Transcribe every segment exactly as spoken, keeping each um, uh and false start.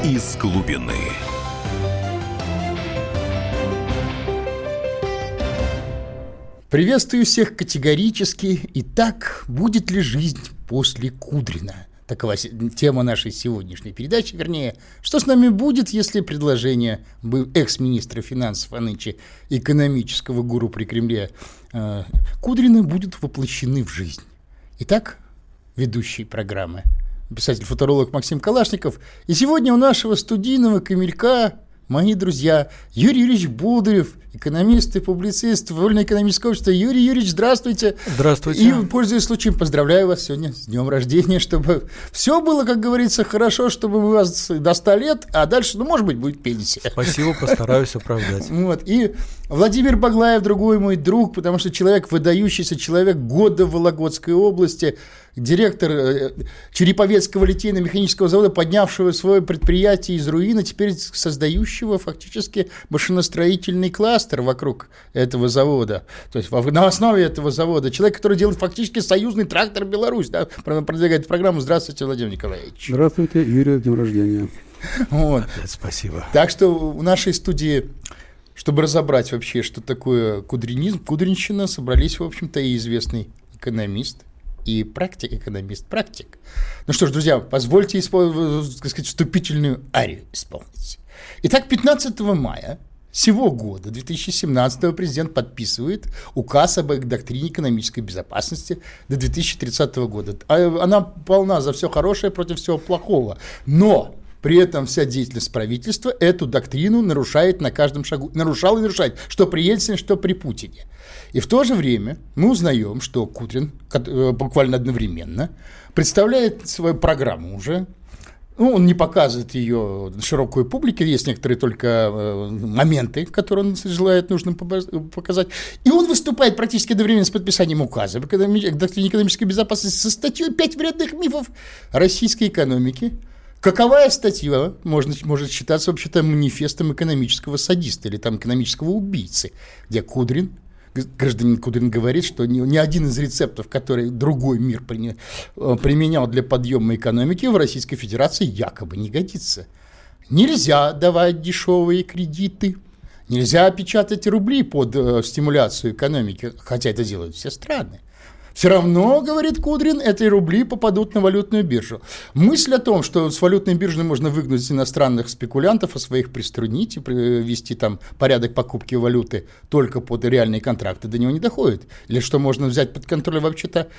из глубины. Приветствую всех категорически. Итак, будет ли жизнь после Кудрина? Такова тема нашей сегодняшней передачи. Вернее, что с нами будет, если предложения экс-министра финансов, а нынче экономического гуру при Кремле э, Кудрина будут воплощены в жизнь. Итак, ведущий программы, писатель-футуролог Максим Калашников. И сегодня у нашего студийного камелька мои друзья Юрий Юрьевич Болдырев, экономист и публицист Вольноэкономического общества. Юрий Юрьевич, здравствуйте. Здравствуйте. И, пользуясь случаем, поздравляю вас сегодня с днем рождения, чтобы все было, как говорится, хорошо, чтобы у вас до ста лет, а дальше, ну, может быть, будет пенсия. Спасибо, постараюсь оправдать. Вот. И Владимир Баглаев, другой мой друг, потому что человек, выдающийся человек года в Вологодской области, директор Череповецкого литейно-механического завода, поднявшего свое предприятие из руины, теперь создающего фактически машиностроительный кластер вокруг этого завода. То есть на основе этого завода. Человек, который делает фактически союзный трактор Беларусь. Да, продвигает программу. Здравствуйте, Владимир Николаевич. Здравствуйте, Юрий, с днем рождения. Вот. Спасибо. Так что в нашей студии, чтобы разобрать вообще, что такое кудринизм, кудринщина, собрались, в общем-то, и известный экономист, и практик, экономист-практик. Ну что ж, друзья, позвольте исполнить, так сказать, вступительную арию исполнить. Итак, пятнадцатого мая сего года, две тысячи семнадцатого, президент подписывает указ об доктрине экономической безопасности до две тысячи тридцатого года. Она полна за все хорошее против всего плохого, но при этом вся деятельность правительства эту доктрину нарушает на каждом шагу. Нарушал и нарушает, что при Ельцине, что при Путине. И в то же время мы узнаем, что Кудрин буквально одновременно представляет свою программу уже. Ну, он не показывает ее широкой публике, есть некоторые только моменты, которые он желает нужным показать. И он выступает практически одновременно с подписанием указа о доктрине экономической безопасности со статьей «Пять вредных мифов российской экономики». Каковая статья может, может считаться вообще-то манифестом экономического садиста или там экономического убийцы, где Кудрин, гражданин Кудрин говорит, что ни, ни один из рецептов, который другой мир при, применял для подъема экономики, в Российской Федерации якобы не годится. Нельзя давать дешевые кредиты, нельзя печатать рубли под э, стимуляцию экономики, хотя это делают все страны. Все равно, говорит Кудрин, эти рубли попадут на валютную биржу. Мысль о том, что с валютной биржи можно выгнать иностранных спекулянтов, а своих приструнить и ввести там порядок покупки валюты только под реальные контракты, до него не доходит. Или что можно взять под контроль вообще-то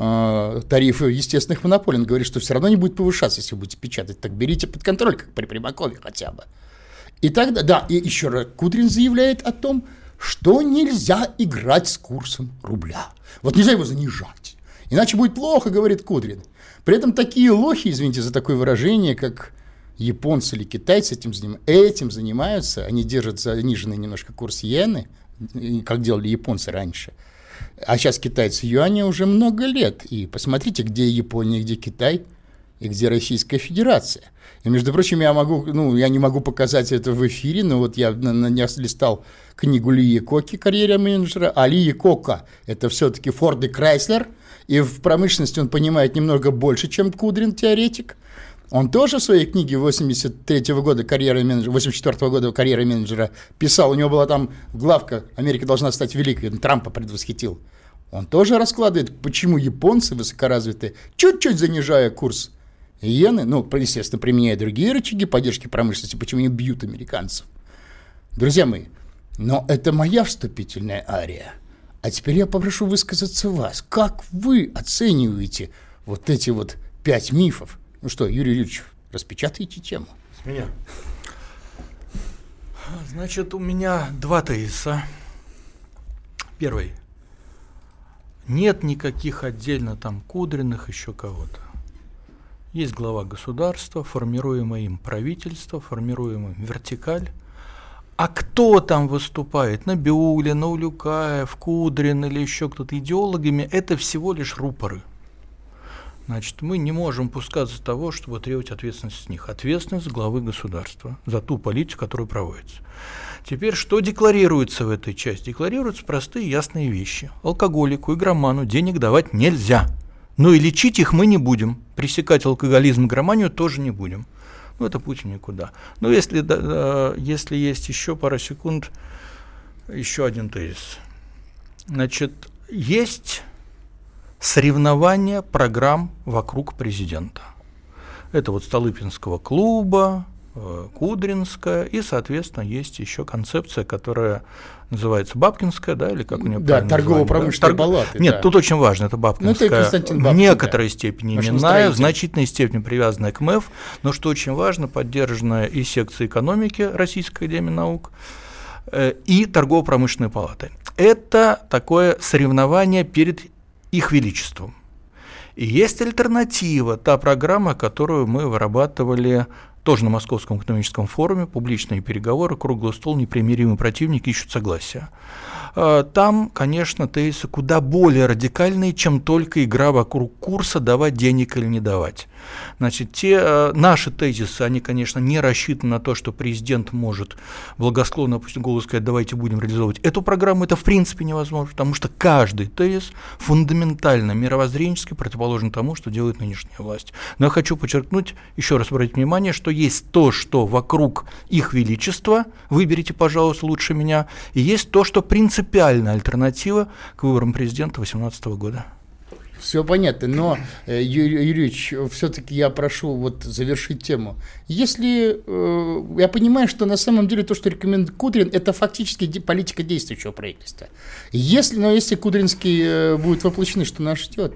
э, тарифы естественных монополий. Он говорит, что все равно не будет повышаться, если вы будете печатать. Так берите под контроль, как при Примакове хотя бы. И тогда, да, и еще раз Кудрин заявляет о том, что нельзя играть с курсом рубля. Вот нельзя его занижать. Иначе будет плохо, говорит Кудрин. При этом такие лохи, извините за такое выражение, как японцы или китайцы этим, заним... этим занимаются. Они держат заниженный немножко курс иены, как делали японцы раньше. А сейчас китайцы юаня уже много лет. И посмотрите, где Япония, где Китай и где Российская Федерация. И, между прочим, я могу, ну, я не могу показать это в эфире, но вот я, на, на, я листал книгу Ли Якоки «Карьера менеджера», а Ли Якока – это все-таки Форд и Крайслер, и в промышленности он понимает немного больше, чем Кудрин, теоретик. Он тоже в своей книге восемьдесят третьего года «Карьера менеджера», восемьдесят четвёртого года «Карьера менеджера» писал, у него была там главка «Америка должна стать великой», он Трампа предвосхитил. Он тоже раскладывает, почему японцы высокоразвитые, чуть-чуть занижая курс иены, ну, естественно, применяя другие рычаги поддержки промышленности, почему они бьют американцев. Друзья мои, но это моя вступительная ария. А теперь я попрошу высказаться вас. Как вы оцениваете вот эти вот пять мифов? Ну что, Юрий Юрьевич, распечатайте тему. С меня. Значит, у меня два тезиса. Первый. Нет никаких отдельно там Кудриных, еще кого-то. Есть глава государства, формируемое им правительство, формируемое вертикаль. А кто там выступает? Набиуллин, Улюкаев, Кудрин или еще кто-то идеологами, это всего лишь рупоры. Значит, мы не можем пускаться с того, чтобы требовать ответственность с них. Ответственность главы государства за ту политику, которая проводится. Теперь, что декларируется в этой части? Декларируются простые ясные вещи. Алкоголику, игроману денег давать нельзя. Но и лечить их мы не будем. Пресекать алкоголизм и игроманию тоже не будем. ну, это путь никуда. Но если, да, если есть еще пара секунд, еще один тезис. Значит, есть соревнования программ вокруг президента. Это вот Столыпинского клуба, Кудринская, и, соответственно, есть еще концепция, которая называется Бабкинская, да, или как у нее да, торгово-промышленная да? палата. Нет, да. тут очень важно, это Бабкинская, ну, это в некоторой да. степени именная, в значительной степени привязанная к МЭФ, но, что очень важно, поддержанная и секцией экономики Российской академии наук, э, и торгово-промышленной палатой. Это такое соревнование перед их величеством. И есть альтернатива, та программа, которую мы вырабатывали тоже на Московском экономическом форуме, публичные переговоры, круглый стол, непримиримые противники ищут согласия. Там, конечно, тезисы куда более радикальные, чем только игра вокруг курса, давать денег или не давать. Значит, те, наши тезисы, они, конечно, не рассчитаны на то, что президент может благосклонно опустить голову и сказать, давайте будем реализовывать эту программу. Это в принципе невозможно, потому что каждый тезис фундаментально мировоззренчески противоположен тому, что делает нынешняя власть. Но я хочу подчеркнуть, еще раз обратить внимание, что есть то, что вокруг их величества, выберите, пожалуйста, лучше меня, и есть то, что принципиальная альтернатива к выборам президента две тысячи восемнадцатого года. Все понятно, но, Юрий Юрьевич, все-таки я прошу вот завершить тему. Если э, я понимаю, что на самом деле то, что рекомендует Кудрин, это фактически политика действующего правительства. Если, но если Кудринский э, будет воплощен, что нас ждет?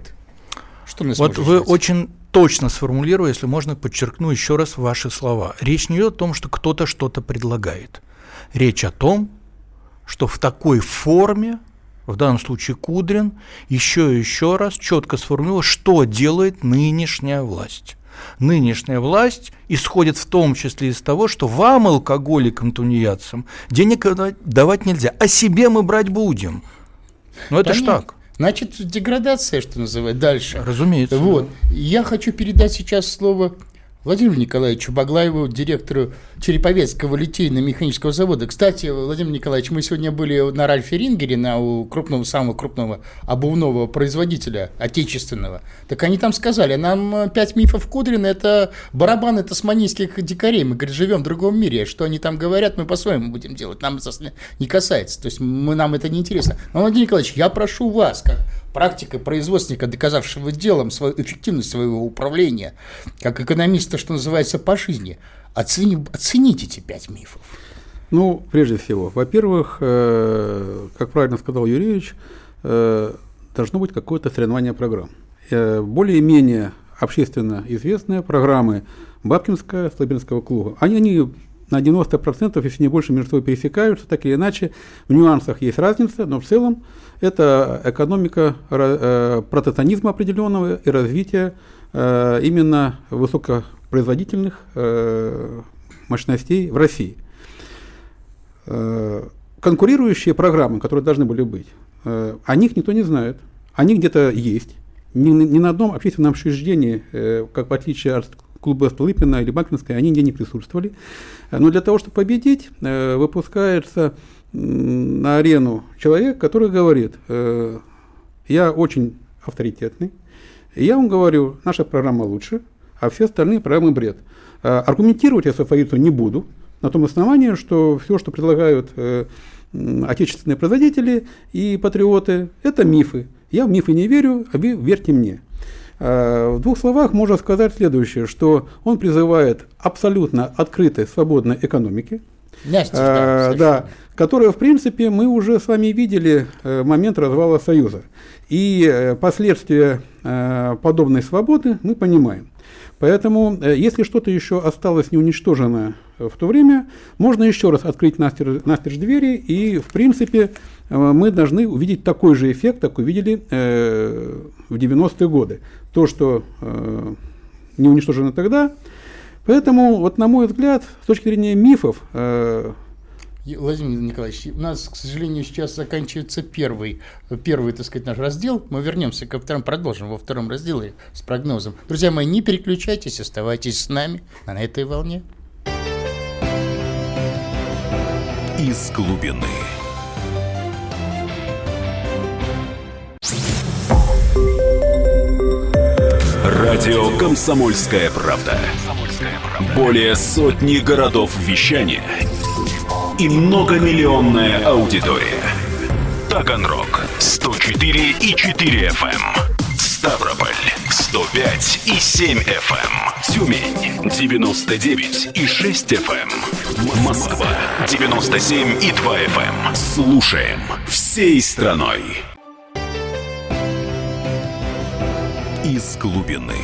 Что нас вот может вы ждать? Очень точно сформулировали, если можно, подчеркну еще раз ваши слова. Речь не идет о том, что кто-то что-то предлагает. Речь о том, что в такой форме, в данном случае Кудрин, еще и еще раз четко сформулировал, что делает нынешняя власть. Нынешняя власть исходит в том числе из того, что вам, алкоголикам, тунеядцам, денег давать нельзя, а себе мы брать будем. Ну это ж так. Значит, деградация, что называется, дальше. Разумеется. Вот. Я хочу передать сейчас слово Владимиру Николаевичу Баглаеву, директору Череповецкого литейно-механического завода. Кстати, Владимир Николаевич, мы сегодня были на Ральфе Рингере, на у крупного, самого крупного обувного производителя отечественного. Так они там сказали, нам пять мифов Кудрина – это барабаны тасманийских дикарей. Мы, говорит, живем в другом мире. Что они там говорят, мы по-своему будем делать. Нам это не касается. То есть мы, нам это не интересно. Но, Владимир Николаевич, я прошу вас, как практика производственника, доказавшего делом свою эффективность своего управления, как экономиста, что называется, по жизни, оцени, оцените эти пять мифов. Ну, прежде всего, во-первых, э, как правильно сказал Юрьевич, э, должно быть какое-то соревнование программ. Э, более-менее общественно известные программы Бабкинская, Столыпинского клуба, они, они на девяносто процентов, если не больше, между собой пересекаются, так или иначе, в нюансах есть разница, но в целом это экономика э, протекционизма определенного и развития э, именно высокопроизводительных э, мощностей в России. Э, конкурирующие программы, которые должны были быть, э, о них никто не знает, они где-то есть. Ни, ни на одном общественном учреждении, э, как в отличие от клуба Столыпина или Бабкинской, они нигде не присутствовали. Но для того, чтобы победить, э, выпускается на арену человек, который говорит, э, я очень авторитетный, и я вам говорю, наша программа лучше, а все остальные программы бред. Э, аргументировать я свою позицию не буду, на том основании, что все, что предлагают э, отечественные производители и патриоты, это мифы. Я в мифы не верю, а вы верьте мне. Э, в двух словах можно сказать следующее, что он призывает абсолютно открытой, свободной экономики, Настя, э, да, да, которая, в принципе, мы уже с вами видели в момент развала Союза. И э, последствия э, подобной свободы мы понимаем. Поэтому, э, если что-то еще осталось не уничтожено в то время, можно еще раз открыть настежь, настежь двери, и, в принципе, э, мы должны увидеть такой же эффект, как увидели э, в девяностые годы. То, что э, не уничтожено тогда. Поэтому, вот, на мой взгляд, с точки зрения мифов, э, Владимир Николаевич, у нас, к сожалению, сейчас заканчивается первый, первый, так сказать, наш раздел. Мы вернемся ко второму, продолжим во втором разделе с прогнозом. Друзья мои, не переключайтесь, оставайтесь с нами на этой волне. Из глубины. Радио «Комсомольская правда». Более сотни городов вещания и многомиллионная аудитория. Таганрог сто четыре и четыре эф эм, Ставрополь сто пять и семь эф эм, Тюмень девяносто девять и шесть эф эм, Москва девяносто семь и два эф эм. Слушаем всей страной. Из глубины.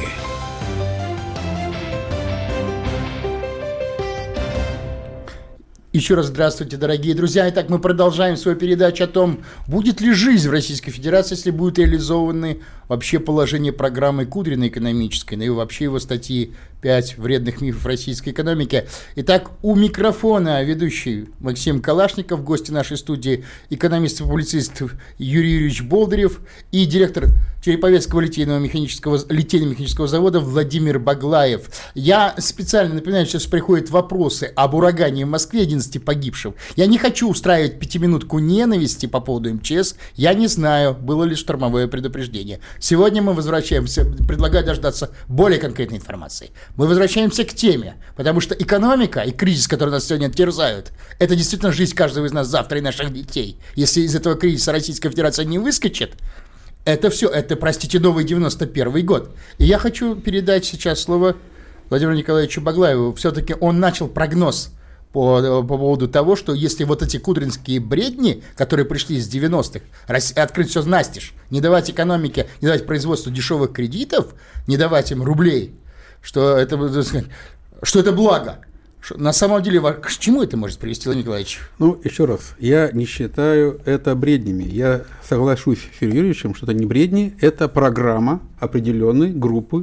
Еще раз здравствуйте, дорогие друзья. Итак, мы продолжаем свою передачу о том, будет ли жизнь в Российской Федерации, если будут реализованы вообще положения программы Кудрина экономической, ну и вообще его статьи «пять вредных мифов российской экономики». Итак, у микрофона ведущий Максим Калашников, гости нашей студии, экономист и публицист Юрий Юрьевич Болдырев и директор Череповецкого литейного механического, литейно-механического завода Владимир Баглаев. Я специально напоминаю, сейчас приходят вопросы об урагане в Москве, одиннадцати погибших. Я не хочу устраивать пятиминутку ненависти по поводу эм че эс. Я не знаю, было ли штормовое предупреждение. Сегодня мы возвращаемся, предлагаю дождаться более конкретной информации. Мы возвращаемся к теме, потому что экономика и кризис, который нас сегодня терзают, это действительно жизнь каждого из нас завтра и наших детей. Если из этого кризиса Российская Федерация не выскочит, это все, это, простите, новый девяносто первый год. И я хочу передать сейчас слово Владимиру Николаевичу Баглаеву. Все-таки он начал прогноз по, по поводу того, что если вот эти кудринские бредни, которые пришли из девяностых, открыть все настежь, не давать экономике, не давать производству дешевых кредитов, не давать им рублей, что это, что это благо. На самом деле, к чему это может привести, Владимир Николаевич? Ну, еще раз, я не считаю это бреднями. Я соглашусь с Юрием Юрьевичем, что это не бредни, это программа определенной группы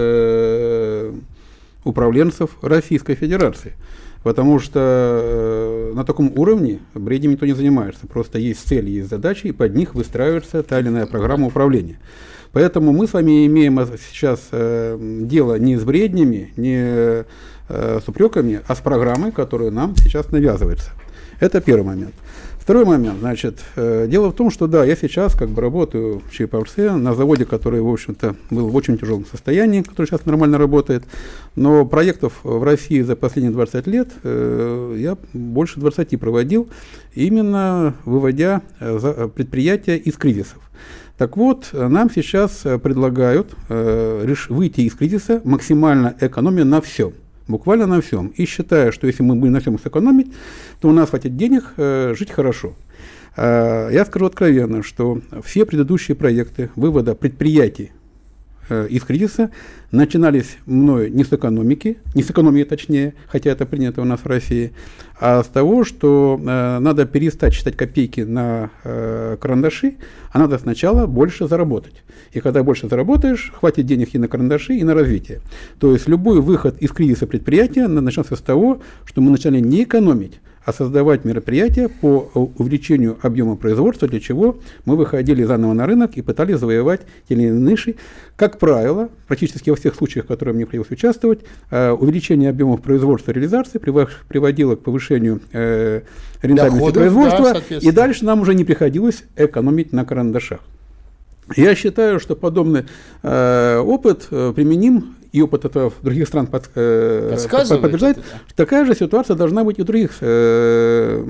э, управленцев Российской Федерации. Потому что э, на таком уровне бреднем никто не занимается. Просто есть цели, есть задачи, и под них выстраивается та или иная программа управления. Поэтому мы с вами имеем сейчас э, дело не с бреднями, не э, с упреками, а с программой, которая нам сейчас навязывается. Это первый момент. Второй момент, значит, э, дело в том, что да, я сейчас как бы работаю в ЧПВЦ на заводе, который, в общем-то, был в очень тяжелом состоянии, который сейчас нормально работает, но проектов в России за последние двадцать лет э, я больше двадцати проводил, именно выводя э, предприятия из кризисов. Так вот, нам сейчас предлагают э, реш- выйти из кризиса, максимально экономя на всем. Буквально на всем. И считая, что если мы будем на всем сэкономить, то у нас хватит денег э, жить хорошо. Э, я скажу откровенно, что все предыдущие проекты вывода предприятий э, из кризиса начинались мною не с экономики, не с экономии точнее, хотя это принято у нас в России, а с того, что э, надо перестать считать копейки на э, карандаши, а надо сначала больше заработать. И когда больше заработаешь, хватит денег и на карандаши, и на развитие. То есть любой выход из кризиса предприятия начался с того, что мы начали не экономить, а создавать мероприятия по увеличению объема производства, для чего мы выходили заново на рынок и пытались завоевать те или иные ниши. Как правило, практически во всех случаях, в которых мне приходилось участвовать, увеличение объемов производства и реализации приводило к повышению э, рентабельности доходов, производства, да, и дальше нам уже не приходилось экономить на карандашах. Я считаю, что подобный э, опыт э, применим, и опыт этого в других стран под, э, подтверждает, такая же ситуация должна быть и в других э,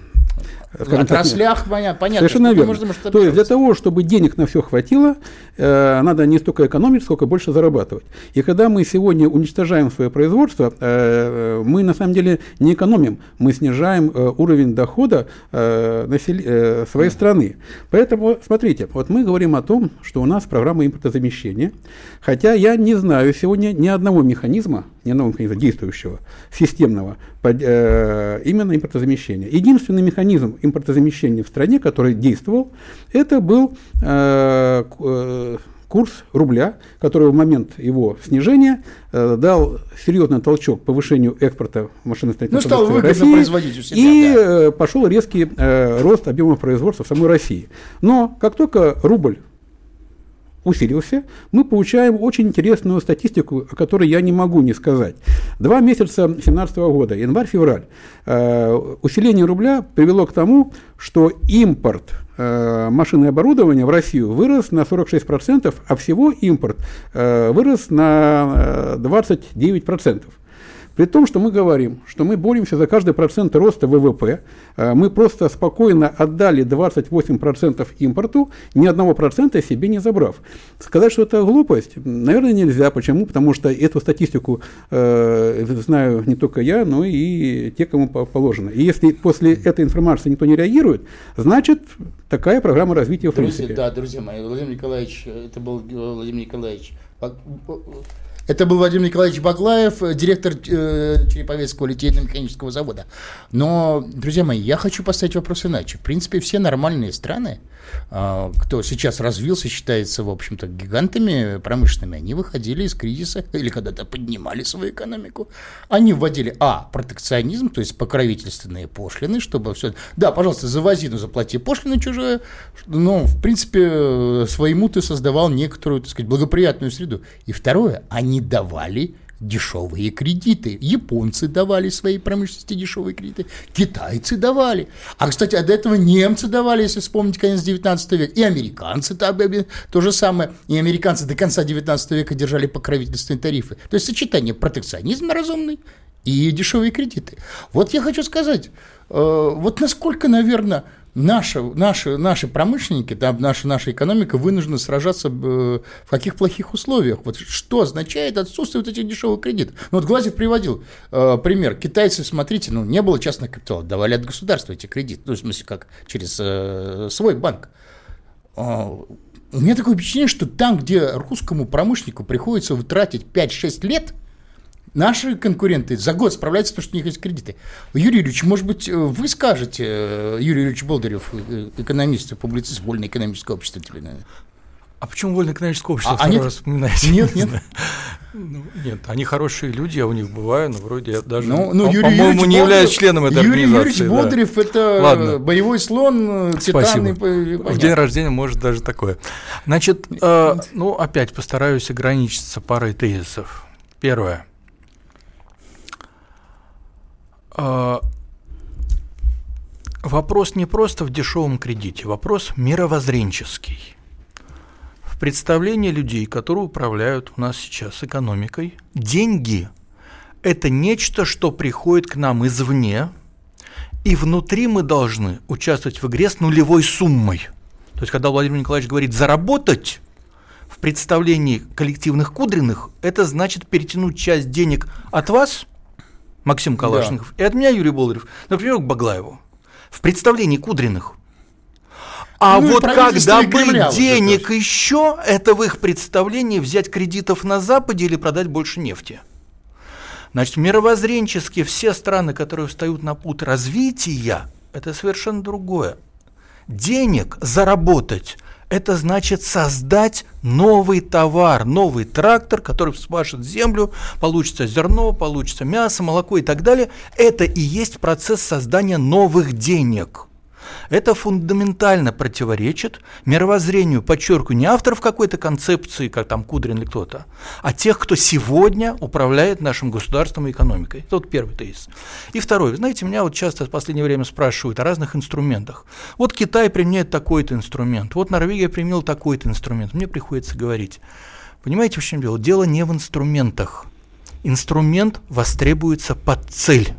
в отраслях, понятно. Совершенно верно. То есть для того, чтобы денег на все хватило, э, надо не столько экономить, сколько больше зарабатывать. И когда мы сегодня уничтожаем свое производство, э, мы на самом деле не экономим, мы снижаем э, уровень дохода э, насел... э, своей страны. Поэтому, смотрите, вот мы говорим о том, что у нас программа импортозамещения, хотя я не знаю сегодня ни одного механизма, ни одного механизма действующего, системного, под, э, именно импортозамещения. Единственный механизм импортозамещения в стране, который действовал, это был э, э, курс рубля, который в момент его снижения э, дал серьезный толчок повышению экспорта машиностроительной ну, продукции России, производить у себя, и да. э, пошел резкий э, рост объемов производства в самой России. Но как только рубль усилился, мы получаем очень интересную статистику, о которой я не могу не сказать. Два месяца две тысячи семнадцатого года, январь-февраль, э, усиление рубля привело к тому, что импорт э, машин и оборудования в Россию вырос на сорок шесть процентов, а всего импорт э, вырос на двадцать девять процентов. При том, что мы говорим, что мы боремся за каждый процент роста вэ вэ пэ, мы просто спокойно отдали двадцать восемь процентов импорту, ни одного процента себе не забрав. Сказать, что это глупость, наверное, нельзя. Почему? Потому что эту статистику э, знаю не только я, но и те, кому положено. И если после этой информации никто не реагирует, значит, такая программа развития в Друзья, принципе. да, друзья мои, Владимир Николаевич, это был Владимир Николаевич, это был Владимир Николаевич Баглаев, директор э, Череповецкого литейно-механического завода. Но, друзья мои, я хочу поставить вопрос иначе. В принципе, все нормальные страны, э, кто сейчас развился, считается, в общем-то, гигантами промышленными, они выходили из кризиса или когда-то поднимали свою экономику. Они вводили, а, протекционизм, то есть покровительственные пошлины, чтобы все... Да, пожалуйста, завози, но заплати пошлины чужие. Но, в принципе, своему ты создавал некоторую, так сказать, благоприятную среду. И второе, они давали дешевые кредиты. Японцы давали своей промышленности дешевые кредиты, китайцы давали. А, кстати, а до этого немцы давали, если вспомнить конец девятнадцатого века, и американцы то же самое. И американцы до конца девятнадцатого века держали покровительственные тарифы. То есть сочетание протекционизма разумный и дешевые кредиты. Вот я хочу сказать, э, вот насколько, наверное, Наши, наши, наши промышленники, да, наша, наша экономика вынуждена сражаться в каких плохих условиях. Вот что означает отсутствие вот этих дешевых кредитов? Ну, вот Глазьев приводил э, пример. Китайцы, смотрите, ну, не было частных капиталов, давали от государства эти кредиты. Ну, в смысле, как через э, свой банк. Э, у меня такое впечатление, что там, где русскому промышленнику приходится тратить пять-шесть лет, наши конкуренты за год справляются, потому что у них есть кредиты. Юрий Юрьевич, может быть, вы скажете, Юрий Юрьевич Болдырев, экономист, публицист, Вольное экономическое общество. А почему Вольное экономическое общество а, второй раз вспоминаете? Нет, нет. Ну, нет, они хорошие люди, я у них бываю, но вроде я даже, ну, ну, по- Юрий по-моему, Юрьевич не являюсь членом этой Юрий организации. Юрьевич Болдырев да. – это Ладно. боевой слон, титан. И, в день рождения может даже такое. Значит, э, ну, опять постараюсь ограничиться парой тезисов. Первое. Вопрос не просто в дешевом кредите, вопрос мировоззренческий. В представлении людей, которые управляют у нас сейчас экономикой, деньги – это нечто, что приходит к нам извне, и внутри мы должны участвовать в игре с нулевой суммой. То есть, когда Владимир Николаевич говорит «заработать», в представлении коллективных Кудриных, это значит перетянуть часть денег от вас, Максим Калашников, да. и от меня, Юрий Болдырев, например, к Баглаеву, в представлении Кудриных. А ну, вот как добыть денег еще, это в их представлении взять кредитов на Западе или продать больше нефти. Значит, мировоззренчески все страны, которые встают на путь развития, это совершенно другое. Денег заработать – это значит создать новый товар, новый трактор, который вспашет землю, получится зерно, получится мясо, молоко и так далее. Это и есть процесс создания новых денег. Это фундаментально противоречит мировоззрению, подчеркиваю, не авторов какой-то концепции, как там Кудрин или кто-то, а тех, кто сегодня управляет нашим государством и экономикой. Это вот первый тезис. И второй. Вы знаете, меня вот часто в последнее время спрашивают о разных инструментах. Вот Китай применяет такой-то инструмент, вот Норвегия применила такой-то инструмент. Мне приходится говорить. Понимаете, в чем дело? Дело не в инструментах. Инструмент востребуется под цель.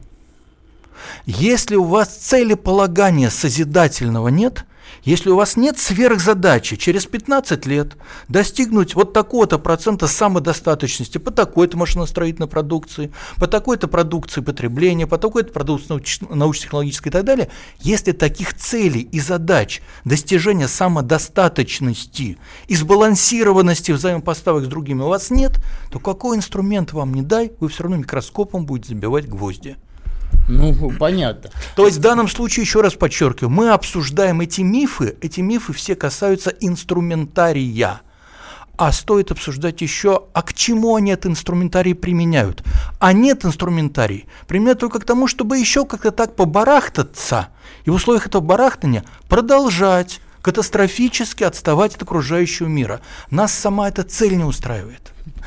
Если у вас целеполагания созидательного нет, если у вас нет сверхзадачи через пятнадцать лет достигнуть вот такого-то процента самодостаточности по такой-то машиностроительной продукции, по такой-то продукции потребления, по такой-то продукции науч- научно-технологической и так далее, если таких целей и задач достижения самодостаточности и сбалансированности взаимопоставок с другими у вас нет, то какой инструмент вам не дай, вы все равно микроскопом будете забивать гвозди. Ну, понятно. То есть в данном случае, еще раз подчеркиваю, мы обсуждаем эти мифы, эти мифы все касаются инструментария. А стоит обсуждать еще, а к чему они этот инструментарий применяют. А нет инструментарий применяют только к тому, чтобы еще как-то так побарахтаться, и в условиях этого барахтания продолжать катастрофически отставать от окружающего мира. Нас сама эта цель не устраивает.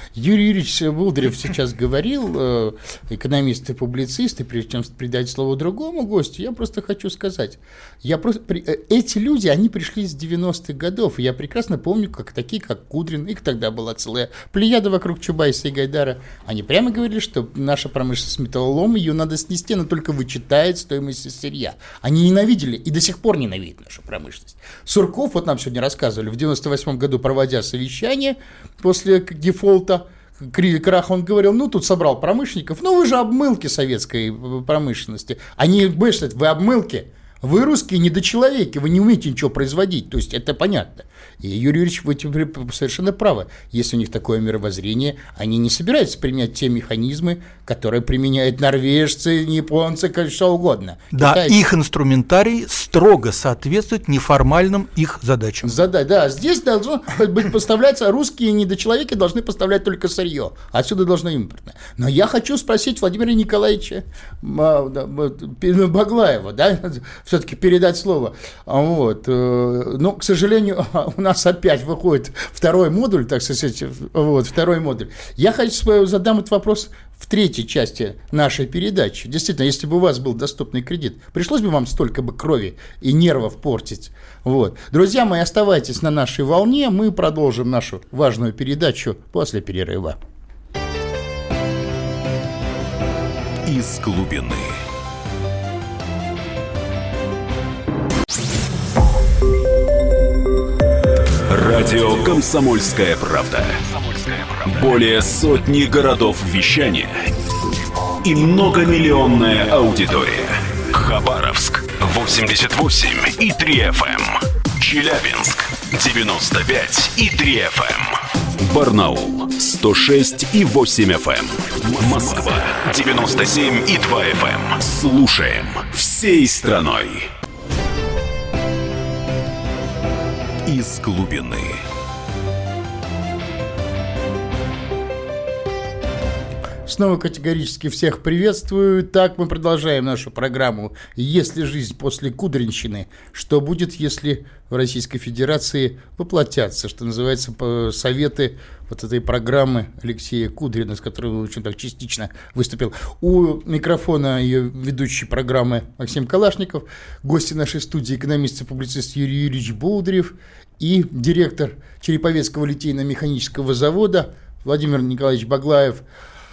Юрий Юрьевич Болдырев сейчас говорил, экономист и публицист, и прежде чем передать слово другому гостю, я просто хочу сказать, я просто, эти люди, они пришли с девяностых годов, и я прекрасно помню, как такие, как Кудрин, их тогда была целая плеяда вокруг Чубайса и Гайдара, они прямо говорили, что наша промышленность металлолом, ее надо снести, она только вычитает стоимость сырья. Они ненавидели и до сих пор ненавидят нашу промышленность. Сурков, вот нам сегодня рассказывали, в девяносто восьмом году, проводя совещание после дефолта, крах, он говорил, ну, тут собрал промышленников, ну, вы же обмылки советской промышленности. Они, вы что, вы обмылки, вы русские недочеловеки, вы не умеете ничего производить, то есть это понятно. И Юрий Юрьевич, вы совершенно правы, если у них такое мировоззрение, они не собираются применять те механизмы, которые применяют норвежцы, японцы, что угодно. Да, Китайцы. Их инструментарий строго соответствует неформальным их задачам. Зада, да, здесь должно быть поставляться, русские недочеловеки должны поставлять только сырье, отсюда должно импортное. Но я хочу спросить Владимира Николаевича Баглаева, да, все-таки передать слово. Вот. Но, к сожалению, у нас опять выходит второй модуль, так сказать, вот, второй модуль. Я хочу задам этот вопрос в третьей части нашей передачи. Действительно, если бы у вас был доступный кредит, пришлось бы вам столько бы крови и нервов портить. Вот. Друзья мои, оставайтесь на нашей волне, мы продолжим нашу важную передачу после перерыва. Из глубины. Радио «Комсомольская правда». Более сотни городов вещания и многомиллионная аудитория. Хабаровск восемьдесят восемь и три эф эм, Челябинск девяносто пять и три эф эм, Барнаул сто шесть и восемь эф эм, Москва девяносто семь и два эф эм. Слушаем всей страной. Из глубины. Снова категорически всех приветствую. Так, мы продолжаем нашу программу «Если жизнь после Кудринщины», что будет, если в Российской Федерации воплотятся, что называется, советы вот этой программы Алексея Кудрина, с которой он очень так частично выступил. У микрофона ее ведущей программы Максим Калашников, гости нашей студии экономист и публицист Юрий Юрьевич Болдырев и директор Череповецкого литейно-механического завода Владимир Николаевич Баглаев.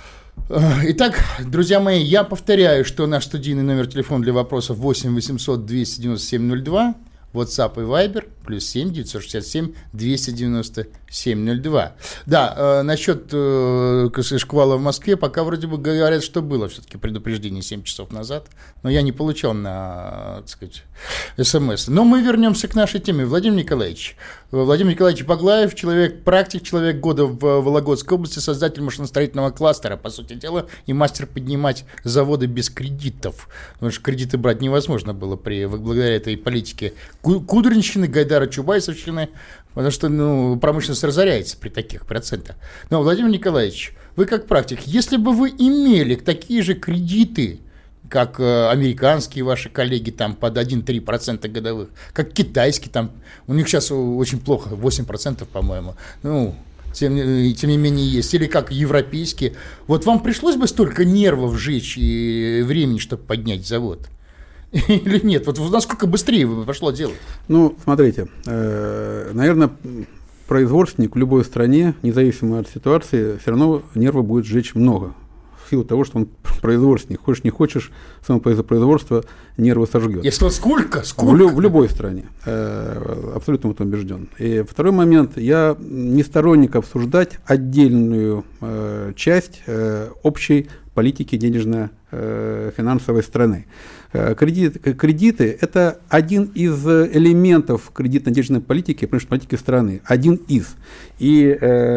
Итак, друзья мои, я повторяю, что наш студийный номер телефона для вопросов восемь восемьсот двести девяносто семь ноль два, WhatsApp и Viber, плюс семь девятьсот шестьдесят семь двести девяносто семь ноль два. Да, э, насчет э, шквала в Москве, пока вроде бы говорят, что было все-таки предупреждение семь часов назад, но я не получал на, так сказать, смс. Но мы вернемся к нашей теме. Владимир Николаевич. Владимир Николаевич Баглаев, человек-практик, человек года в Вологодской области, создатель машиностроительного кластера, по сути дела, и мастер поднимать заводы без кредитов. Потому что кредиты брать невозможно было при, благодаря этой политике Кудринщины, Гайдара, Чубайсовщины, потому что ну, промышленность разоряется при таких процентах. Но, Владимир Николаевич, вы как практик, если бы вы имели такие же кредиты, как э, американские ваши коллеги там под один-три процента годовых, как китайские там, у них сейчас очень плохо, восемь процентов, по-моему, ну, тем, тем не менее есть, или как европейские, вот вам пришлось бы столько нервов сжечь и времени, чтобы поднять завод? Или нет? Вот насколько быстрее пошло дело? Ну, смотрите, э, наверное, производственник в любой стране, независимо от ситуации, все равно нервы будет сжечь много. В силу того, что он производственник. Хочешь, не хочешь, само производство нервы сожгет. Я сказал, сколько? Сколько? В, лю- в любой стране. Э, абсолютно в этом убежден. И второй момент. Я не сторонник обсуждать отдельную э, часть э, общей политики денежно-финансовой страны. Кредит, кредиты – это один из элементов кредитно-денежной политики, промышленной политики страны. Один из. И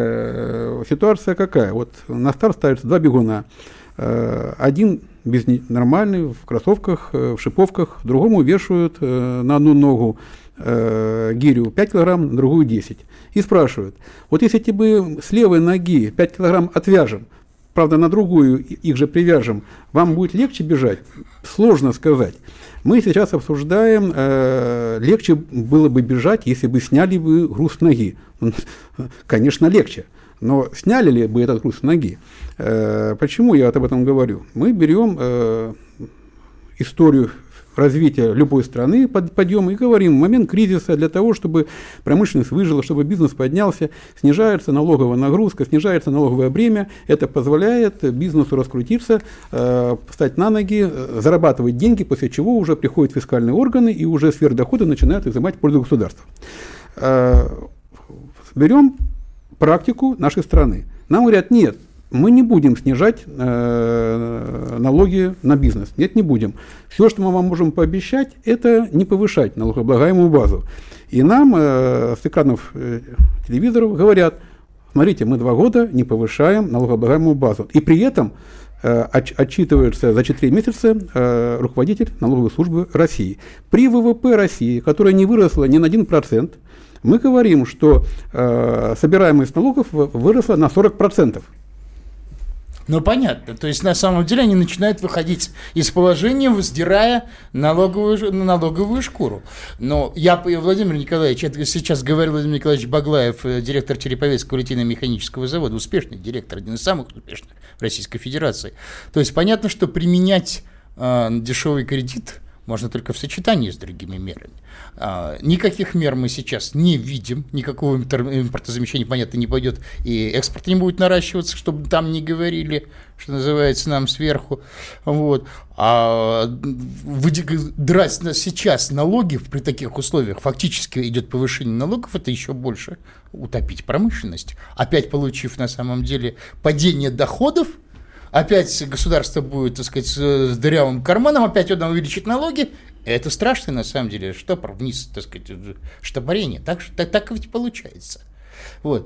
э, ситуация какая? Вот на старт ставятся два бегуна. Э, один без, нормальный, в кроссовках, в шиповках, другому вешают э, на одну ногу э, гирю пять килограмм, на другую десять. И спрашивают, вот если мы с левой ноги пять килограмм отвяжем, правда, на другую их же привяжем, вам будет легче бежать? Сложно сказать. Мы сейчас обсуждаем, э, легче было бы бежать, если бы сняли бы груз с ноги. Конечно, легче. Но сняли ли бы этот груз с ноги? Э, почему я об этом говорю? Мы берем э, историю развития любой страны, под, подъема, и говорим, в момент кризиса для того, чтобы промышленность выжила, чтобы бизнес поднялся, снижается налоговая нагрузка, снижается налоговое бремя, это позволяет бизнесу раскрутиться, э, встать на ноги, э, зарабатывать деньги, после чего уже приходят фискальные органы и уже сверхдоходы начинают изымать в пользу государства. Э, берем практику нашей страны. Нам говорят, нет, мы не будем снижать э, налоги на бизнес. Нет, не будем. Все, что мы вам можем пообещать, это не повышать налогооблагаемую базу. И нам э, с экранов э, телевизоров говорят, смотрите, мы два года не повышаем налогооблагаемую базу. И при этом э, отч- отчитывается за четыре месяца э, руководитель налоговой службы России. При ВВП России, которая не выросла ни на один процент, мы говорим, что э, собираемость налогов выросла на сорок процентов. Ну, понятно. То есть, на самом деле, они начинают выходить из положения, воздирая налоговую, налоговую шкуру. Но я, Владимир Николаевич, это сейчас говорил Владимир Николаевич Баглаев, директор Череповецкого литейно-механического завода, успешный директор, один из самых успешных в Российской Федерации. То есть, понятно, что применять э, дешевый кредит можно только в сочетании с другими мерами. А, никаких мер мы сейчас не видим, никакого импортозамещения, понятно, не пойдет, и экспорт не будет наращиваться, чтобы там не говорили, что называется, нам сверху. Вот. А драть сейчас налоги при таких условиях, фактически идет повышение налогов, это еще больше утопить промышленность. Опять получив на самом деле падение доходов, опять государство будет, так сказать, с дырявым карманом, опять он увеличит налоги. Это страшно, на самом деле, штопор вниз, так сказать, штопорение. Так, так, так ведь получается. Вот.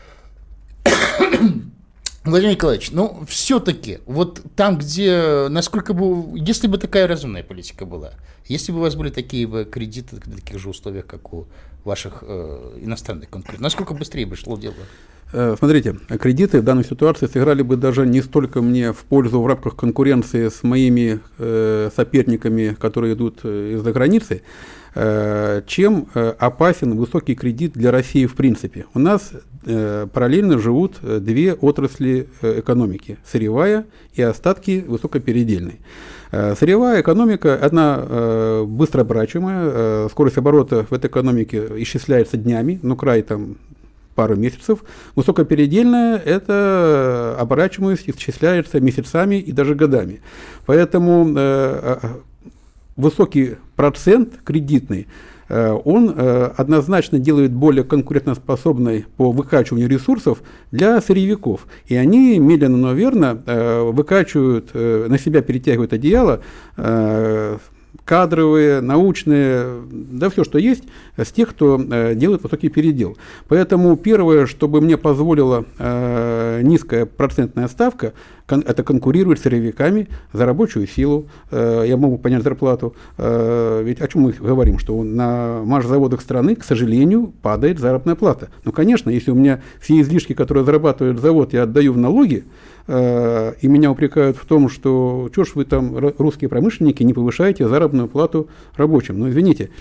Владимир Николаевич, ну, все-таки, вот там, где, насколько бы, если бы такая разумная политика была, если бы у вас были такие бы кредиты в таких же условиях, как у ваших э, иностранных конкурентов, насколько быстрее бы шло дело? Смотрите, кредиты в данной ситуации сыграли бы даже не столько мне в пользу в рамках конкуренции с моими э, соперниками, которые идут из-за границы, э, чем э, опасен высокий кредит для России в принципе. У нас э, параллельно живут две отрасли э, экономики – сырьевая и остатки высокопередельной. Э, сырьевая экономика, она э, быстро оборачиваемая, э, скорость оборота в этой экономике исчисляется днями, ну край там пару месяцев. Высокопередельная – это оборачиваемость исчисляется месяцами и даже годами. Поэтому э, высокий процент кредитный, э, он э, однозначно делает более конкурентоспособной по выкачиванию ресурсов для сырьевиков. И они медленно, но верно э, выкачивают, э, на себя перетягивают одеяло, э, кадровые, научные, да все, что есть, с тех, кто э, делает высокий передел. Поэтому первое, что бы мне позволила э, низкая процентная ставка, кон- это конкурировать с сырьевиками за рабочую силу. Э, я могу понять зарплату. Э, ведь о чем мы говорим? Что на машзаводах страны, к сожалению, падает заработная плата. Ну, конечно, если у меня все излишки, которые зарабатывает завод, я отдаю в налоги, и меня упрекают в том, что что ж вы там, русские промышленники, не повышаете заработную плату рабочим. Но извините,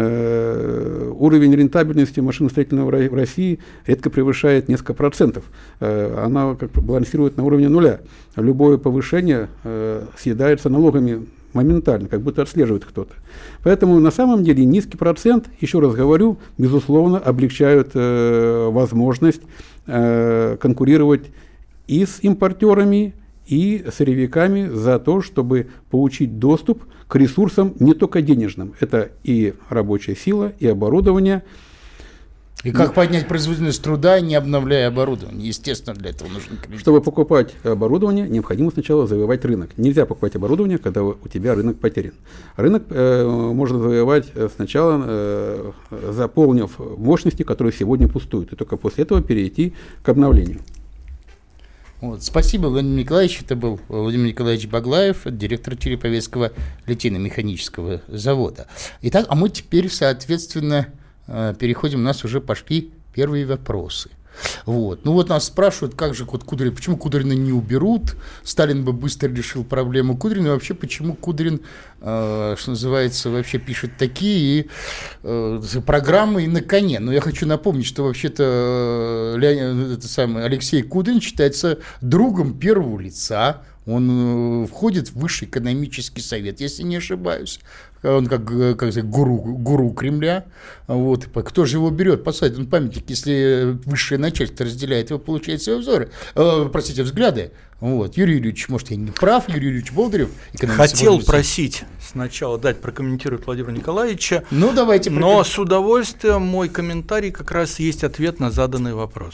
уровень рентабельности машиностроительного в России редко превышает несколько процентов. Она как бы балансирует на уровне нуля. Любое повышение съедается налогами моментально, как будто отслеживает кто-то. Поэтому на самом деле низкий процент, еще раз говорю, безусловно, облегчают возможность конкурировать и с импортерами, и сырьевиками за то, чтобы получить доступ к ресурсам не только денежным. Это и рабочая сила, и оборудование. И как поднять производительность труда, не обновляя оборудование? Естественно, для этого нужен кредит. Чтобы покупать оборудование, необходимо сначала завоевать рынок. Нельзя покупать оборудование, когда у тебя рынок потерян. Рынок э, можно завоевать сначала, э, заполнив мощности, которые сегодня пустуют, и только после этого перейти к обновлению. Вот. Спасибо, Владимир Николаевич. Это был Владимир Николаевич Баглаев, директор Череповецкого литейно-механического завода. Итак, а мы теперь, соответственно, переходим, у нас уже пошли первые вопросы. Вот. Ну вот нас спрашивают, как же вот Кудрин, почему Кудрина не уберут, Сталин бы быстро решил проблему Кудрина, и вообще почему Кудрин, э, что называется, вообще пишет такие э, программы и на коне. Но я хочу напомнить, что вообще-то Леонид, это самый, Алексей Кудрин считается другом первого лица. Он входит в Высший экономический совет, если не ошибаюсь. Он как, как сказать, гуру, гуру Кремля. Вот. Кто же его берет? Посадит он памятник, если высшее начальство разделяет его, получает свои взоры, э, простите, взгляды. Вот. Юрий Юрьевич, может, я не прав, Юрий Юрьевич Болдырев. Хотел просить сначала дать прокомментировать Владимира Николаевича, ну, давайте проком... но с удовольствием мой комментарий как раз есть ответ на заданный вопрос.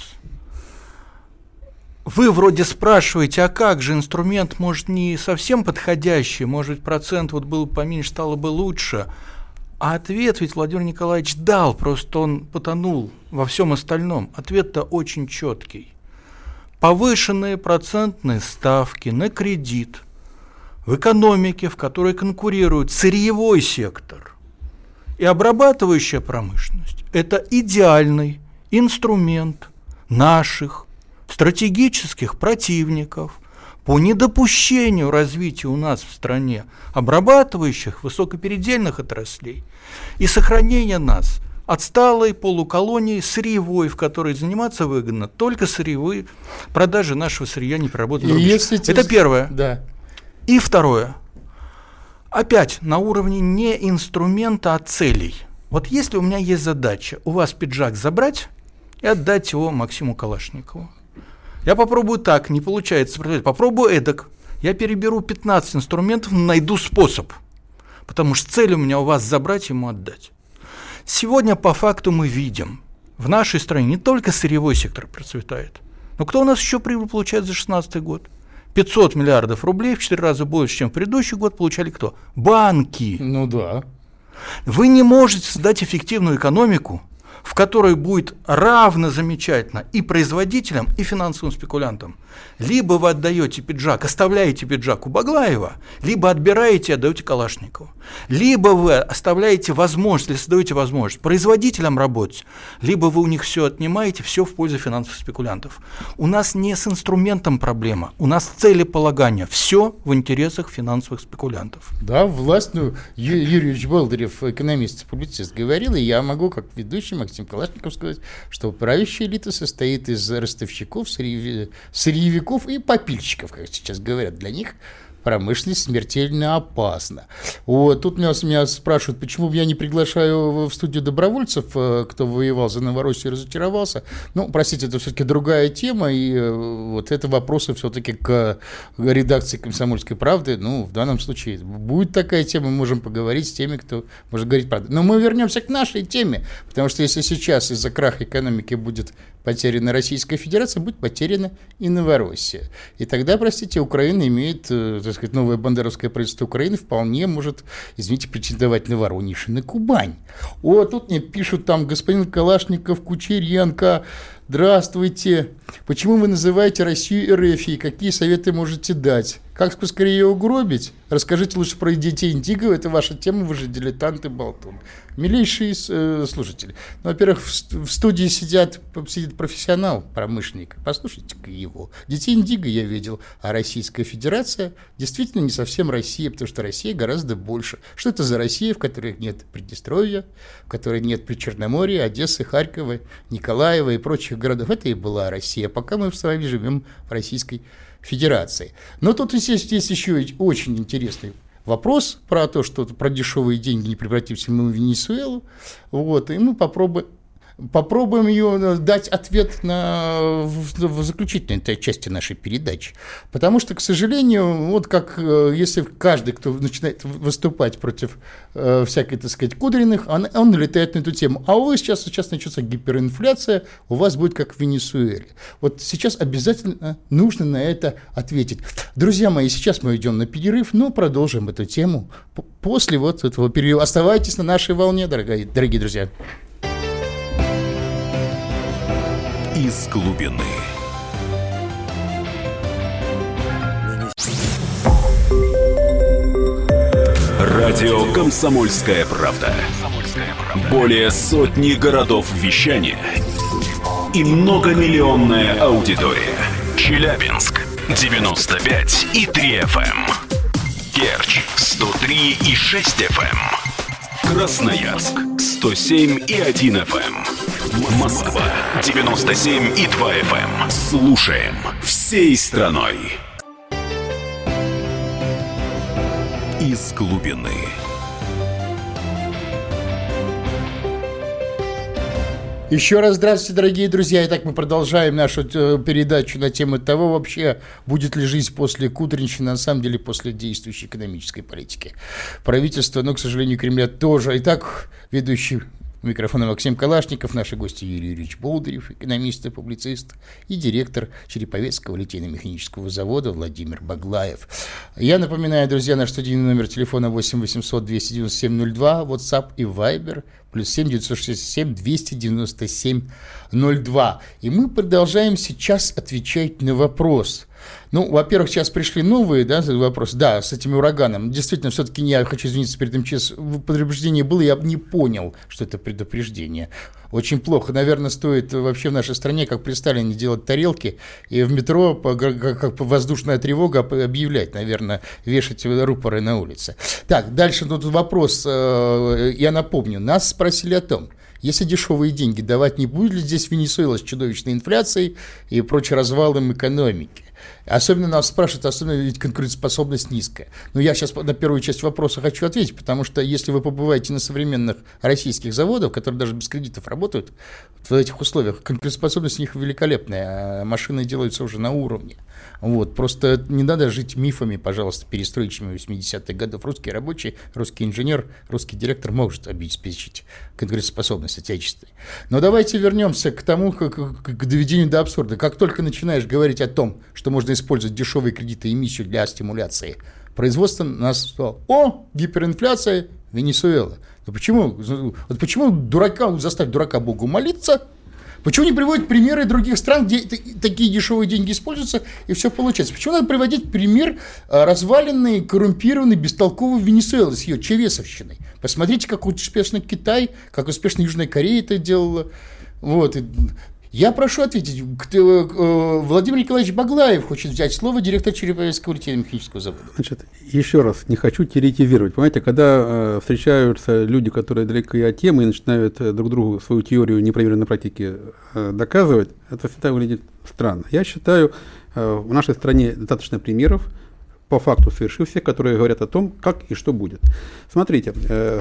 Вы вроде спрашиваете, а как же инструмент, может, не совсем подходящий, может, процент вот был поменьше, стало бы лучше. А ответ ведь Владимир Николаевич дал, просто он потонул во всем остальном. Ответ-то очень четкий. Повышенные процентные ставки на кредит в экономике, в которой конкурирует сырьевой сектор и обрабатывающая промышленность, это идеальный инструмент наших стратегических противников по недопущению развития у нас в стране обрабатывающих высокопередельных отраслей и сохранения нас отсталой полуколонии сырьевой, в которой заниматься выгодно только сырьевые продажи нашего сырья непереработанного. Это первое. Да. И второе. Опять на уровне не инструмента, а целей. Вот если у меня есть задача у вас пиджак забрать и отдать его Максиму Калашникову, я попробую так, не получается, попробую эдак. Я переберу пятнадцать инструментов, найду способ, потому что цель у меня у вас забрать, ему отдать. Сегодня по факту мы видим, в нашей стране не только сырьевой сектор процветает, но кто у нас еще прибыль получает за две тысячи шестнадцатый год? пятьсот миллиардов рублей, в четыре раза больше, чем в предыдущий год, получали кто? Банки. Ну да. Вы не можете создать эффективную экономику, в которой будет равно замечательно и производителям, и финансовым спекулянтам. Либо вы отдаете пиджак, оставляете пиджак у Баглаева, либо отбираете и отдаете Калашникову. Либо вы оставляете возможность, или создаете возможность производителям работать, либо вы у них все отнимаете, все в пользу финансовых спекулянтов. У нас не с инструментом проблема, у нас целеполагание, все в интересах финансовых спекулянтов. Да, власть, ну, Ю- Юрий Ильич Болдырев, экономист-публицист, говорил, и я могу, как ведущий Максим Калашников, сказать, что правящая элита состоит из ростовщиков, сырьев... сырьевиков и попильщиков, как сейчас говорят. Для них промышленность смертельно опасна. Вот, тут меня, меня спрашивают, почему я не приглашаю в студию добровольцев, кто воевал за Новороссию и разочаровался. Ну, простите, это все-таки другая тема, и вот это вопросы все-таки к редакции «Комсомольской правды». Ну, в данном случае будет такая тема, мы можем поговорить с теми, кто может говорить правду. Но мы вернемся к нашей теме, потому что если сейчас из-за краха экономики будет потеряна Российская Федерация, будет потеряна и Новороссия. И тогда, простите, Украина имеет, так сказать, новое бандеровское правительство Украины вполне может, извините, претендовать на Воронеж и на Кубань. О, тут мне пишут там господин Калашников, Кучеренко. Здравствуйте. Почему вы называете Россию РФ? Какие советы можете дать? Как поскорее ее угробить? Расскажите лучше про детей Индиго. Это ваша тема, вы же дилетант и болтун. Милейшие э, слушатели. Ну, во-первых, в, в студии сидят, сидит профессионал, промышленник. Послушайте-ка его. Детей Индиго я видел. А Российская Федерация действительно не совсем Россия, потому что Россия гораздо больше. Что это за Россия, в которой нет Приднестровья, в которой нет Причерноморья, Одессы, Харькова, Николаева и прочих городов? Это и была Россия, пока мы с вами живем в Российской Федерации. Но тут есть, есть еще очень интересный вопрос про то, что про дешевые деньги, не превратимся мы в Венесуэлу. Вот, и мы попробуем, попробуем ее дать ответ на, в, в заключительной этой части нашей передачи. Потому что, к сожалению, вот как если каждый, кто начинает выступать против э, всякой, так сказать, Кудриных, он, он налетает на эту тему. А у вас сейчас, сейчас начнется гиперинфляция, у вас будет как в Венесуэле. Вот сейчас обязательно нужно на это ответить. Друзья мои, сейчас мы идем на перерыв, но продолжим эту тему после вот этого перерыва. Оставайтесь на нашей волне, дорогие, дорогие друзья. Из глубины. Радио «Комсомольская правда». Более сотни городов вещания и многомиллионная аудитория. Челябинск девяносто пять и три эф эм. Керчь сто три и шесть эф эм. Красноярск сто семь и один эф эм. Москва девяносто семь и два эф эм. Слушаем всей страной. Из глубины. Еще раз здравствуйте, дорогие друзья. Итак, мы продолжаем нашу э, передачу на тему того, вообще будет ли жизнь после Кудринщины, на самом деле после действующей экономической политики правительства, но, к сожалению, Кремля тоже. Итак, ведущий микрофона Максим Калашников, наши гости Юрий Юрьевич Болдырев, экономист и публицист, и директор Череповецкого литейно-механического завода Владимир Баглаев. Я напоминаю, друзья, наш студийный номер телефона восемь восемьсот двести девяносто семь ноль два, WhatsApp и Viber, плюс семь девятьсот шестьдесят семь двести девяносто семь ноль два. И мы продолжаем сейчас отвечать на вопрос. Ну, во-первых, сейчас пришли новые, да, вопросы. Да, с этим ураганом. Действительно, все-таки я хочу извиниться перед МЧС. Предупреждение было, я не понял, что это предупреждение. Очень плохо. Наверное, стоит вообще в нашей стране, как при Сталине, делать тарелки и в метро, как воздушная тревога, объявлять, наверное, вешать рупоры на улице. Так, дальше тут вопрос. Я напомню, нас спросили о том, если дешевые деньги давать не будет ли здесь Венесуэла с чудовищной инфляцией и прочим развалом экономики? Особенно нас спрашивают, особенно ведь конкурентоспособность низкая. Но я сейчас на первую часть вопроса хочу ответить, потому что если вы побываете на современных российских заводах, которые даже без кредитов работают, в этих условиях конкурентоспособность у них великолепная, а машины делаются уже на уровне. Вот. Просто не надо жить мифами, пожалуйста, перестроечными восьмидесятых годов. Русский рабочий, русский инженер, русский директор может обеспечить конкурентоспособность отечественной. Но давайте вернемся к тому, к, к, к доведению до абсурда. Как только начинаешь говорить о том, что можно использовать дешевые кредиты и эмиссию для стимуляции производства, нас сказал: о, гиперинфляция, Венесуэла. Но почему, вот почему дурака, заставить дурака Богу молиться? Почему не приводят примеры других стран, где такие дешевые деньги используются, и все получается? Почему надо приводить пример разваленной, коррумпированной, бестолковой Венесуэлы с ее чевесовщиной? Посмотрите, как успешно Китай, как успешно Южная Корея это делала. Вот. Я прошу ответить. Владимир Николаевич Баглаев хочет взять слово, директор Череповецкого литейно-механического завода. Значит, еще раз, не хочу теоретизировать. Понимаете, когда э, встречаются люди, которые далеко от темы, и начинают э, друг другу свою теорию непроверенной практики э, доказывать, это всегда выглядит странно. Я считаю, э, в нашей стране достаточно примеров, по факту совершившихся, которые говорят о том, как и что будет. Смотрите, э,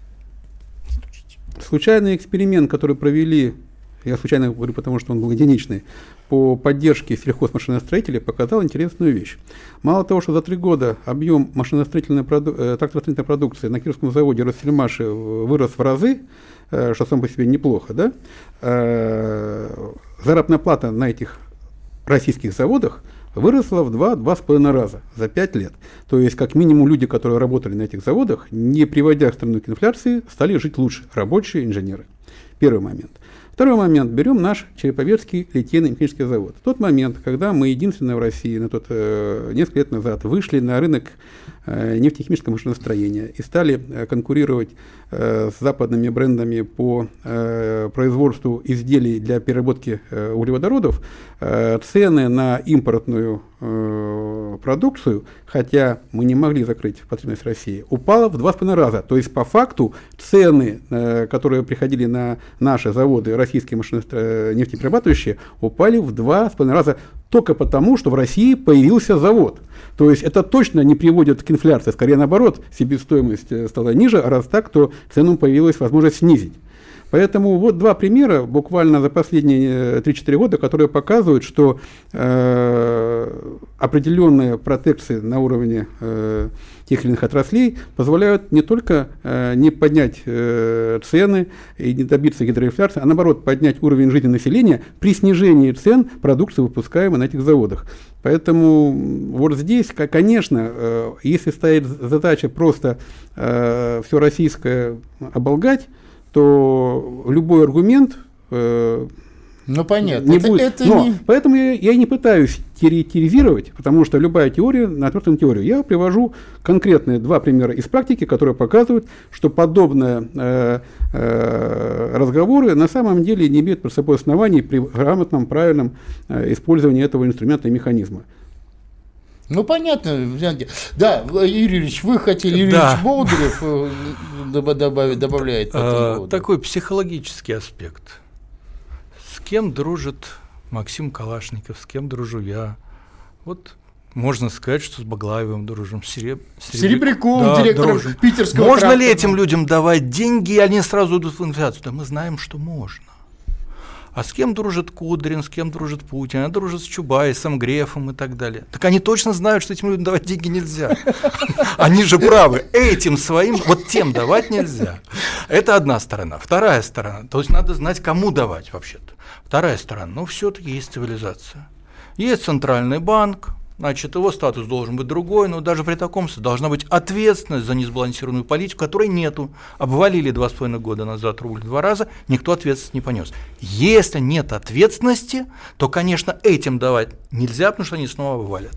случайный эксперимент, который провели, я случайно говорю, потому что он был единичный, по поддержке сельхозмашиностроителей, показал интересную вещь. Мало того, что за три года объем машиностроительной проду... тракторостроительной продукции на Кировском заводе Россельмаши вырос в разы, что само по себе неплохо, да? Заработная плата на этих российских заводах выросла в два-два с половиной раза за пять лет. То есть, как минимум, люди, которые работали на этих заводах, не приводя страну к инфляции, стали жить лучше. Рабочие, инженеры. Первый момент. Второй момент. Берем наш Череповецкий литейно-механический завод. В тот момент, когда мы единственные в России на тот, э, несколько лет назад вышли на рынок э, нефтехимического машиностроения и стали э, конкурировать э, с западными брендами по э, производству изделий для переработки э, углеводородов, э, цены на импортную э, продукцию, хотя мы не могли закрыть потребность России, упала в два с половиной раза. То есть, по факту, цены, э, которые приходили на наши заводы, российские машиностро... нефтеперерабатывающие, упали в два с половиной раза только потому, что в России появился завод. То есть это точно не приводит к инфляции, скорее наоборот, себестоимость стала ниже, а раз так, то цену появилась возможность снизить. Поэтому вот два примера буквально за последние три-четыре года, которые показывают, что э, определенные протекции на уровне э, тех или иных отраслей позволяют не только э, не поднять э, цены и не добиться гидроинфляции, а наоборот поднять уровень жизни населения при снижении цен продукции, выпускаемой на этих заводах. Поэтому вот здесь, конечно, э, если стоит задача просто э, все российское оболгать, то любой аргумент, э, Ну, понятно. Не это, будет. это Но не... поэтому я, я не пытаюсь теоретизировать, потому что любая теория натверждена на теорию. Я привожу конкретные два примера из практики, которые показывают, что подобные э, э, разговоры на самом деле не имеют под собой оснований при грамотном, правильном э, использовании этого инструмента и механизма. Ну, понятно. Да, Юрий Юрьевич, вы хотели, Юрий да. Юрьевич Болдырев добавить, добавляет по этому поводу. Такой психологический аспект. С кем дружит Максим Калашников, с кем дружу я? Вот можно сказать, что с Баглаевым дружим, с Сереб... Серебряковым, да, директором дружим. Питерского Можно трактора. ли этим людям давать деньги, и они сразу идут в инфляцию? Да мы знаем, что можно. А с кем дружит Кудрин, с кем дружит Путин, она дружит с Чубайсом, Грефом и так далее. Так они точно знают, что этим людям давать деньги нельзя. Они же правы. Этим своим, вот тем давать нельзя. Это одна сторона. Вторая сторона. То есть надо знать, кому давать вообще-то. Вторая сторона. Ну, все-таки есть цивилизация. Есть центральный банк. Значит, его статус должен быть другой, но даже при таком должна быть ответственность за несбалансированную политику, которой нету. Обвалили два с половиной года назад рубль два раза, никто ответственность не понес. Если нет ответственности, то, конечно, этим давать нельзя, потому что они снова обвалят.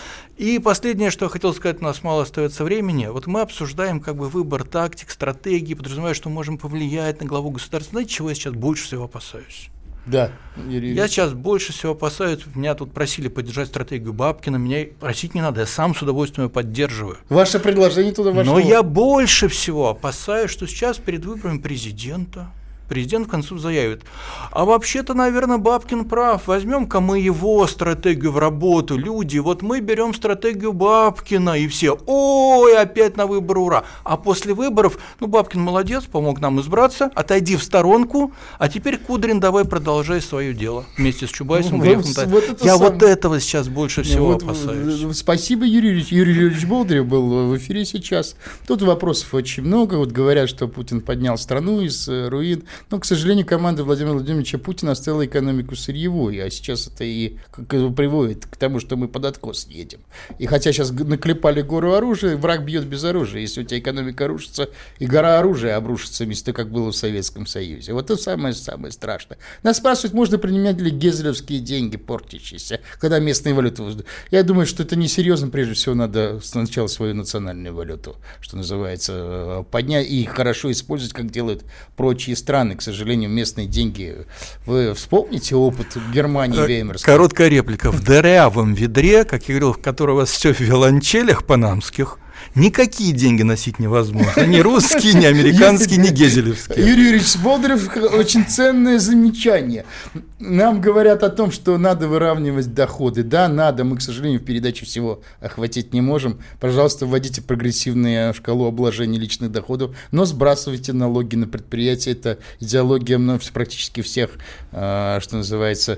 И последнее, что я хотел сказать, у нас мало остается времени. Вот мы обсуждаем как бы выбор тактик, стратегии, подразумевая, что можем повлиять на главу государства. Знаете, чего я сейчас больше всего опасаюсь? Да, Юрий я сейчас больше всего опасаюсь, меня тут просили поддержать стратегию Бабкина, меня просить не надо, я сам с удовольствием ее поддерживаю. Ваше предложение туда вошло. Но я больше всего опасаюсь, что сейчас перед выборами президента президент в конце заявит: а вообще-то, наверное, Бабкин прав, возьмем-ка мы его стратегию в работу, люди, вот мы берем стратегию Бабкина, и все, ой, опять на выборы, ура. А после выборов, ну, Бабкин молодец, помог нам избраться, отойди в сторонку, а теперь, Кудрин, давай продолжай свое дело вместе с Чубайсом, ну, Грефом. Вот я сам... вот этого сейчас больше всего вот, опасаюсь. Спасибо, Юрий Юрьевич. Юрий Юрьевич Болдырев был в эфире сейчас. Тут вопросов очень много. Вот говорят, что Путин поднял страну из руин. Но, к сожалению, команда Владимира Владимировича Путина оставила экономику сырьевой, а сейчас это и приводит к тому, что мы под откос едем. И хотя сейчас наклепали гору оружия, враг бьет без оружия. Если у тебя экономика рушится, и гора оружия обрушится вместо того, как было в Советском Союзе. Вот это самое-самое страшное. Нас спрашивают, можно применять ли гезелевские деньги, портящиеся, когда местные валюты... Я думаю, что это несерьезно. Прежде всего, надо сначала свою национальную валюту, что называется, поднять и хорошо использовать, как делают прочие страны. К сожалению, местные деньги. Вы вспомните опыт Германии веймарской? Короткая реплика. В дырявом ведре, как я говорил, в котором у вас все в виолончелях панамских, никакие деньги носить невозможно. Ни русские, ни американские, ни гезелевские. Юрий Юрьевич Болдырев, очень ценное замечание. Нам говорят о том, что надо выравнивать доходы. Да, надо. Мы, к сожалению, в передаче всего охватить не можем. Пожалуйста, вводите прогрессивную шкалу обложения личных доходов, но сбрасывайте налоги на предприятия. Это идеология практически всех, что называется,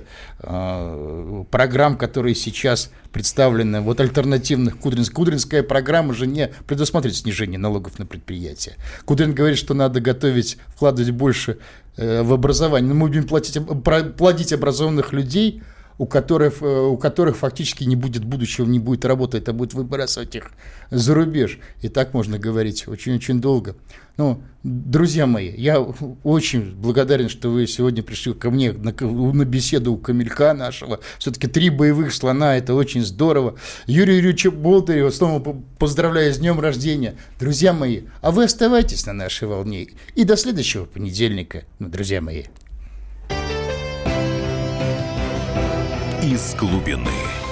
программ, которые сейчас представлены, вот альтернативных Кудринская. Кудринская программа же не предусматривает снижение налогов на предприятия. Кудрин говорит, что надо готовить, вкладывать больше э, в образование. Но мы будем платить, плодить образованных людей, у которых, у которых фактически не будет будущего, не будет работать, а будет выбрасывать их за рубеж. И так можно говорить очень-очень долго. Ну, друзья мои, я очень благодарен, что вы сегодня пришли ко мне на, на беседу у Камилька нашего. Все-таки три боевых слона, это очень здорово. Юрий Юрьевич Болдырева снова поздравляю с днем рождения. Друзья мои, а вы оставайтесь на нашей волне. И до следующего понедельника, друзья мои. Из глубины.